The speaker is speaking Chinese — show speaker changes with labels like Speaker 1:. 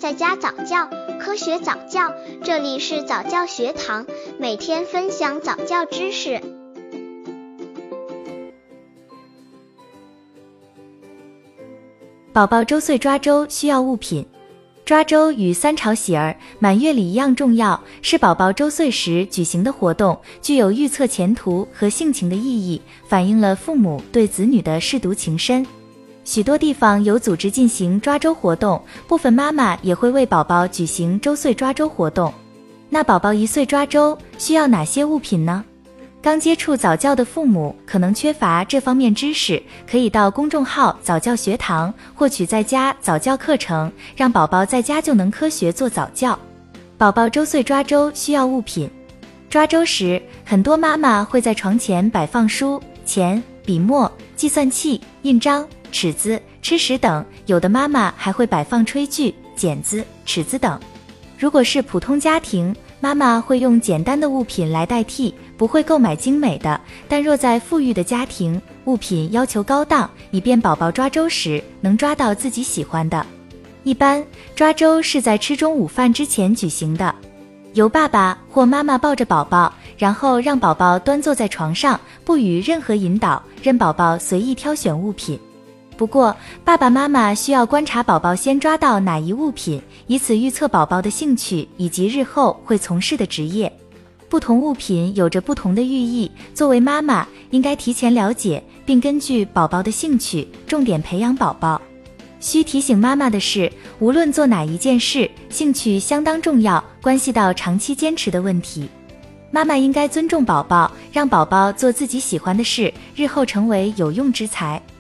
Speaker 1: 在家早教，科学早教，这里是早教学堂，每天分享早教知识。
Speaker 2: 宝宝周岁抓周需要物品。抓周与三朝喜儿、满月礼一样重要，是宝宝周岁时举行的活动，具有预测前途和性情的意义，反映了父母对子女的舐犊情深。许多地方有组织进行抓周活动，部分妈妈也会为宝宝举行周岁抓周活动。那宝宝1岁抓周需要哪些物品呢？刚接触早教的父母可能缺乏这方面知识，可以到公众号早教学堂获取在家早教课程，让宝宝在家就能科学做早教。宝宝周岁抓周需要物品。抓周时，很多妈妈会在床前摆放书、钱、笔墨、计算器、印章、尺子、吃食等，有的妈妈还会摆放炊具、剪子、尺子等。如果是普通家庭，妈妈会用简单的物品来代替，不会购买精美的，但若在富裕的家庭，物品要求高档，以便宝宝抓周时能抓到自己喜欢的。一般抓周是在吃中午饭之前举行的，由爸爸或妈妈抱着宝宝，然后让宝宝端坐在床上，不予任何引导，任宝宝随意挑选物品。不过爸爸妈妈需要观察宝宝先抓到哪一物品，以此预测宝宝的兴趣以及日后会从事的职业。不同物品有着不同的寓意，作为妈妈应该提前了解，并根据宝宝的兴趣重点培养宝宝。需提醒妈妈的是，无论做哪一件事，兴趣相当重要，关系到长期坚持的问题。妈妈应该尊重宝宝，让宝宝做自己喜欢的事，日后成为有用之才。